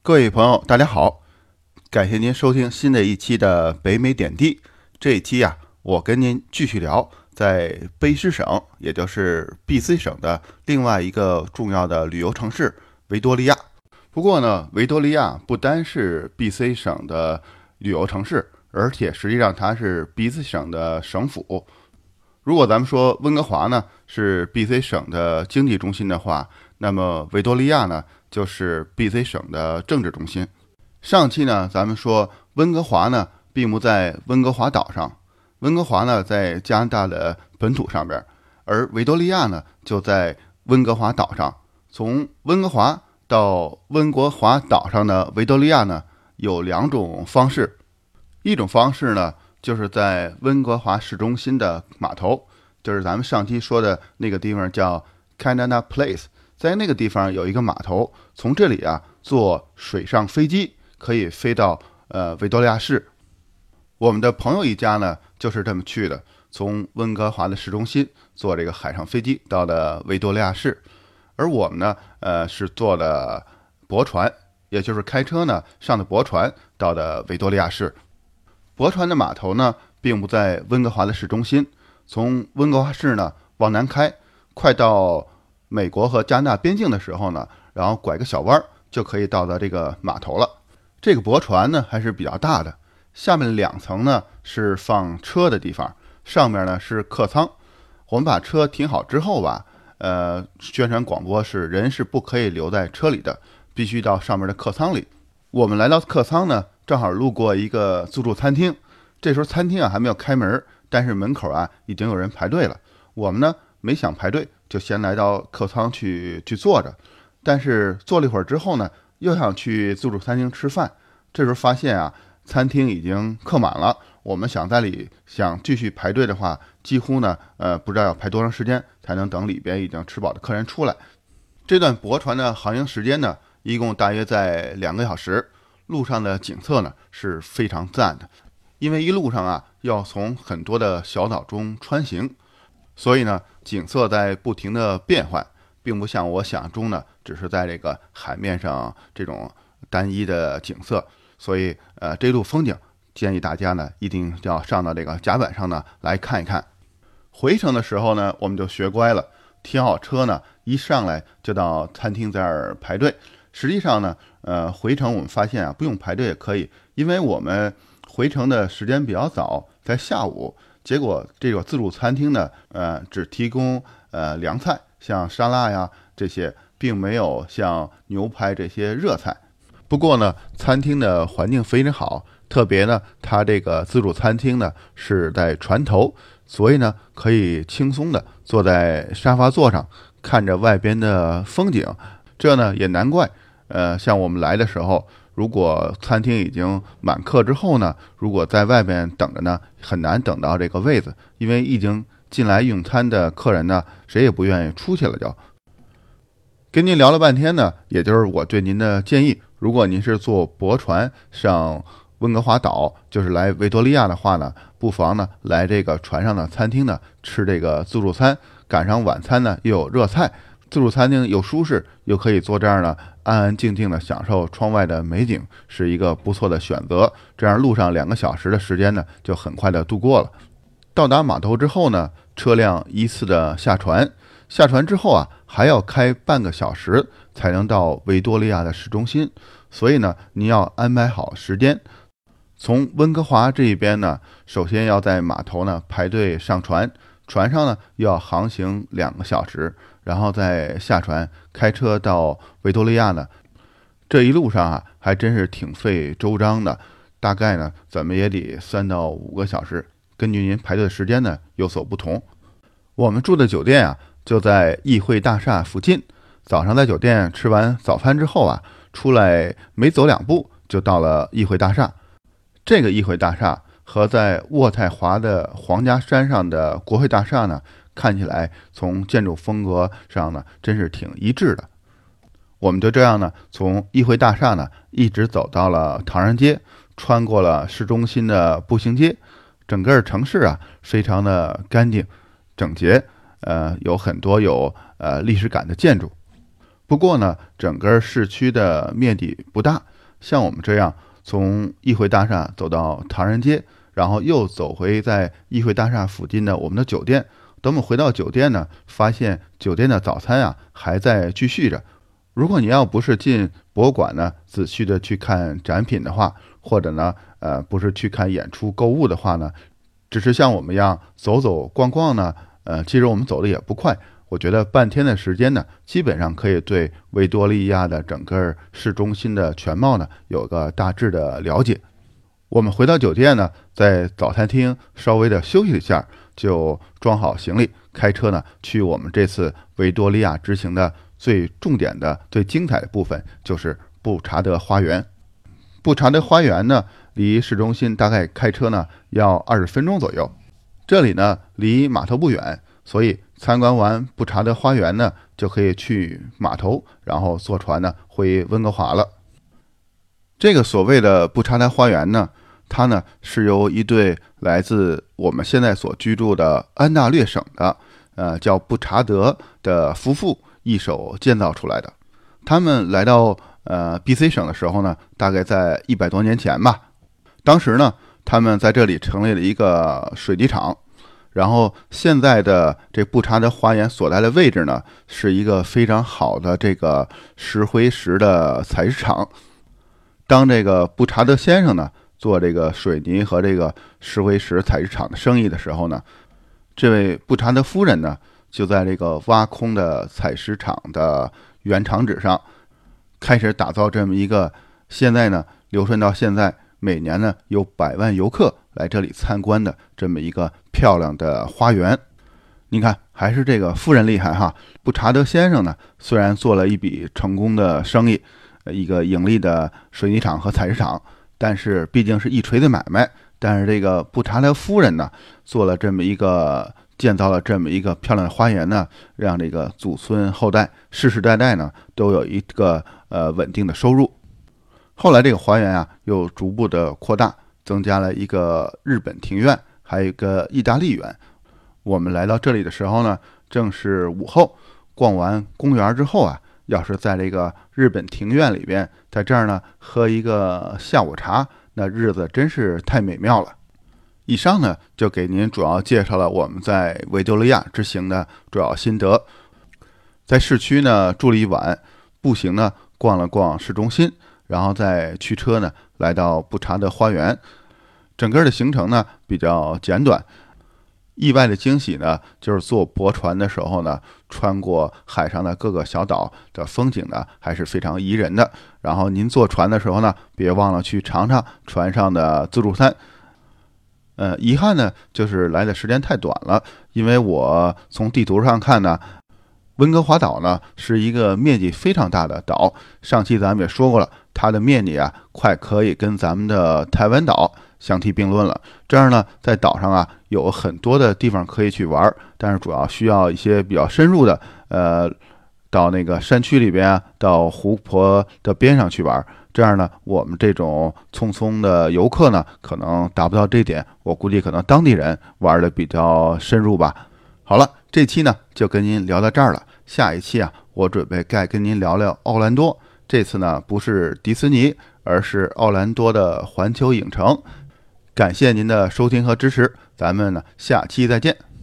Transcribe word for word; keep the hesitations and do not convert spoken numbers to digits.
各位朋友，大家好，感谢您收听新的一期的北美点滴。这一期啊，我跟您继续聊在卑诗省，也就是 B C 省的另外一个重要的旅游城市维多利亚。不过呢，维多利亚不单是 B C 省的旅游城市，而且实际上它是 B C 省的省府。如果咱们说温哥华呢是 B C 省的经济中心的话，那么维多利亚呢就是 B C 省的政治中心。上期呢咱们说温哥华呢并不在温哥华岛上，温哥华呢在加拿大的本土上边，而维多利亚呢就在温哥华岛上。从温哥华到温哥华岛上的维多利亚呢有两种方式，一种方式呢就是在温哥华市中心的码头，就是咱们上期说的那个地方叫 Canada Place， 在那个地方有一个码头，从这里啊坐水上飞机可以飞到呃维多利亚市。我们的朋友一家呢就是这么去的，从温哥华的市中心坐这个海上飞机到了维多利亚市，而我们呢呃是坐的驳船，也就是开车呢上的驳船到的维多利亚市。驳船的码头呢并不在温哥华的市中心，从温哥华市呢往南开，快到美国和加拿大边境的时候呢，然后拐个小弯就可以到达这个码头了。这个驳船呢还是比较大的，下面两层呢是放车的地方，上面呢是客舱。我们把车停好之后吧，呃，宣传广播是人是不可以留在车里的，必须到上面的客舱里。我们来到客舱呢，正好路过一个自助餐厅，这时候餐厅啊还没有开门，但是门口啊已经有人排队了。我们呢没想排队，就先来到客舱去去坐着。但是坐了一会儿之后呢，又想去自助餐厅吃饭，这时候发现啊餐厅已经客满了。我们想在里想继续排队的话，几乎呢呃不知道要排多长时间才能等里边已经吃饱的客人出来。这段驳船的航行时间呢一共大约在两个小时，路上的景色呢是非常赞的，因为一路上啊要从很多的小岛中穿行，所以呢景色在不停的变换，并不像我想象中呢只是在这个海面上这种单一的景色。所以呃这路风景建议大家呢一定要上到这个甲板上呢来看一看。回程的时候呢我们就学乖了，停好车呢一上来就到餐厅在这儿排队。实际上呢呃回程我们发现啊不用排队也可以，因为我们回程的时间比较早，在下午，结果这个自助餐厅呢呃只提供呃凉菜，像沙拉呀这些，并没有像牛排这些热菜。不过呢餐厅的环境非常好，特别呢它这个自助餐厅呢是在船头，所以呢可以轻松的坐在沙发座上看着外边的风景。这呢也难怪呃像我们来的时候，如果餐厅已经满客之后呢，如果在外边等着呢，很难等到这个位子，因为已经进来用餐的客人呢谁也不愿意出去了。就跟您聊了半天呢，也就是我对您的建议，如果您是坐驳船上温哥华岛，就是来维多利亚的话呢，不妨呢来这个船上的餐厅呢吃这个自助餐，赶上晚餐呢又有热菜，自助餐厅又舒适，又可以坐这儿呢安安静静的享受窗外的美景，是一个不错的选择。这样路上两个小时的时间呢就很快的度过了。到达码头之后呢，车辆依次的下船，下船之后啊还要开半个小时才能到维多利亚的市中心，所以呢您要安排好时间。从温哥华这一边呢，首先要在码头呢排队上船，船上呢又要航行两个小时，然后再下船开车到维多利亚呢。这一路上啊还真是挺费周章的，大概呢怎么也得三到五个小时，根据您排队的时间呢有所不同。我们住的酒店啊就在议会大厦附近，早上在酒店吃完早餐之后啊，出来没走两步就到了议会大厦。这个议会大厦和在渥太华的皇家山上的国会大厦呢，看起来从建筑风格上呢真是挺一致的。我们就这样呢从议会大厦呢一直走到了唐人街，穿过了市中心的步行街，整个城市啊非常的干净整洁，呃有很多有呃历史感的建筑。不过呢整个市区的面积不大， 像我们这样从议会大厦走到唐人街，然后又走回在议会大厦附近的我们的酒店。等我们回到酒店呢，发现酒店的早餐啊还在继续着。如果你要不是进博物馆呢，仔细的去看展品的话，或者呢，呃，不是去看演出购物的话呢，只是像我们一样走走逛逛呢，呃，其实我们走的也不快。我觉得半天的时间呢，基本上可以对维多利亚的整个市中心的全貌呢有个大致的了解。我们回到酒店呢，在早餐厅稍微的休息一下，就装好行李，开车呢去我们这次维多利亚之行的最重点的、最精彩的部分，就是布查德花园。布查德花园呢，离市中心大概开车呢要二十分钟左右。这里呢离码头不远，所以参观完布查德花园呢，就可以去码头，然后坐船呢回温哥华了。这个所谓的布查德花园呢，它呢是由一对来自我们现在所居住的安大略省的，呃，叫布查德的夫妇一手建造出来的。他们来到呃 B C 省的时候呢，大概在一百多年前吧。当时呢，他们在这里成立了一个水泥厂。然后现在的这布查德花园所在的位置呢，是一个非常好的这个石灰石的采石场。当这个布查德先生呢做这个水泥和这个石灰石采石场的生意的时候呢，这位布查德夫人呢就在这个挖空的采石场的原厂址上开始打造这么一个现在呢流传到现在每年呢有百万游客来这里参观的这么一个漂亮的花园。你看，还是这个夫人厉害哈！布查德先生呢虽然做了一笔成功的生意，一个盈利的水泥厂和采石场，但是毕竟是一锤子买卖。但是这个布查德夫人呢，做了这么一个建造了这么一个漂亮的花园呢，让这个祖孙后代世世代代呢都有一个呃稳定的收入。后来这个花园啊又逐步的扩大，增加了一个日本庭院，还有一个意大利园。我们来到这里的时候呢，正是午后，逛完公园之后啊，要是在这个日本庭院里边，在这儿呢喝一个下午茶，那日子真是太美妙了。以上呢就给您主要介绍了我们在维多利亚之行的主要心得。在市区呢住了一晚，步行呢逛了逛市中心，然后再驱车呢来到布查德花园。整个的行程呢比较简短。意外的惊喜呢，就是坐驳船的时候呢，穿过海上的各个小岛的风景呢，还是非常宜人的。然后您坐船的时候呢，别忘了去尝尝船上的自助餐。呃，遗憾呢，就是来的时间太短了，因为我从地图上看呢，温哥华岛呢是一个面积非常大的岛。上期咱们也说过了，它的面积啊，快可以跟咱们的台湾岛相提并论了。这样呢，在岛上啊有很多的地方可以去玩，但是主要需要一些比较深入的，呃，到那个山区里边啊，到湖泊的边上去玩。这样呢，我们这种匆匆的游客呢，可能达不到这点。我估计可能当地人玩的比较深入吧。好了，这期呢就跟您聊到这儿了。下一期啊，我准备再跟您聊聊奥兰多。这次呢不是迪士尼，而是奥兰多的环球影城。感谢您的收听和支持，咱们呢下期再见。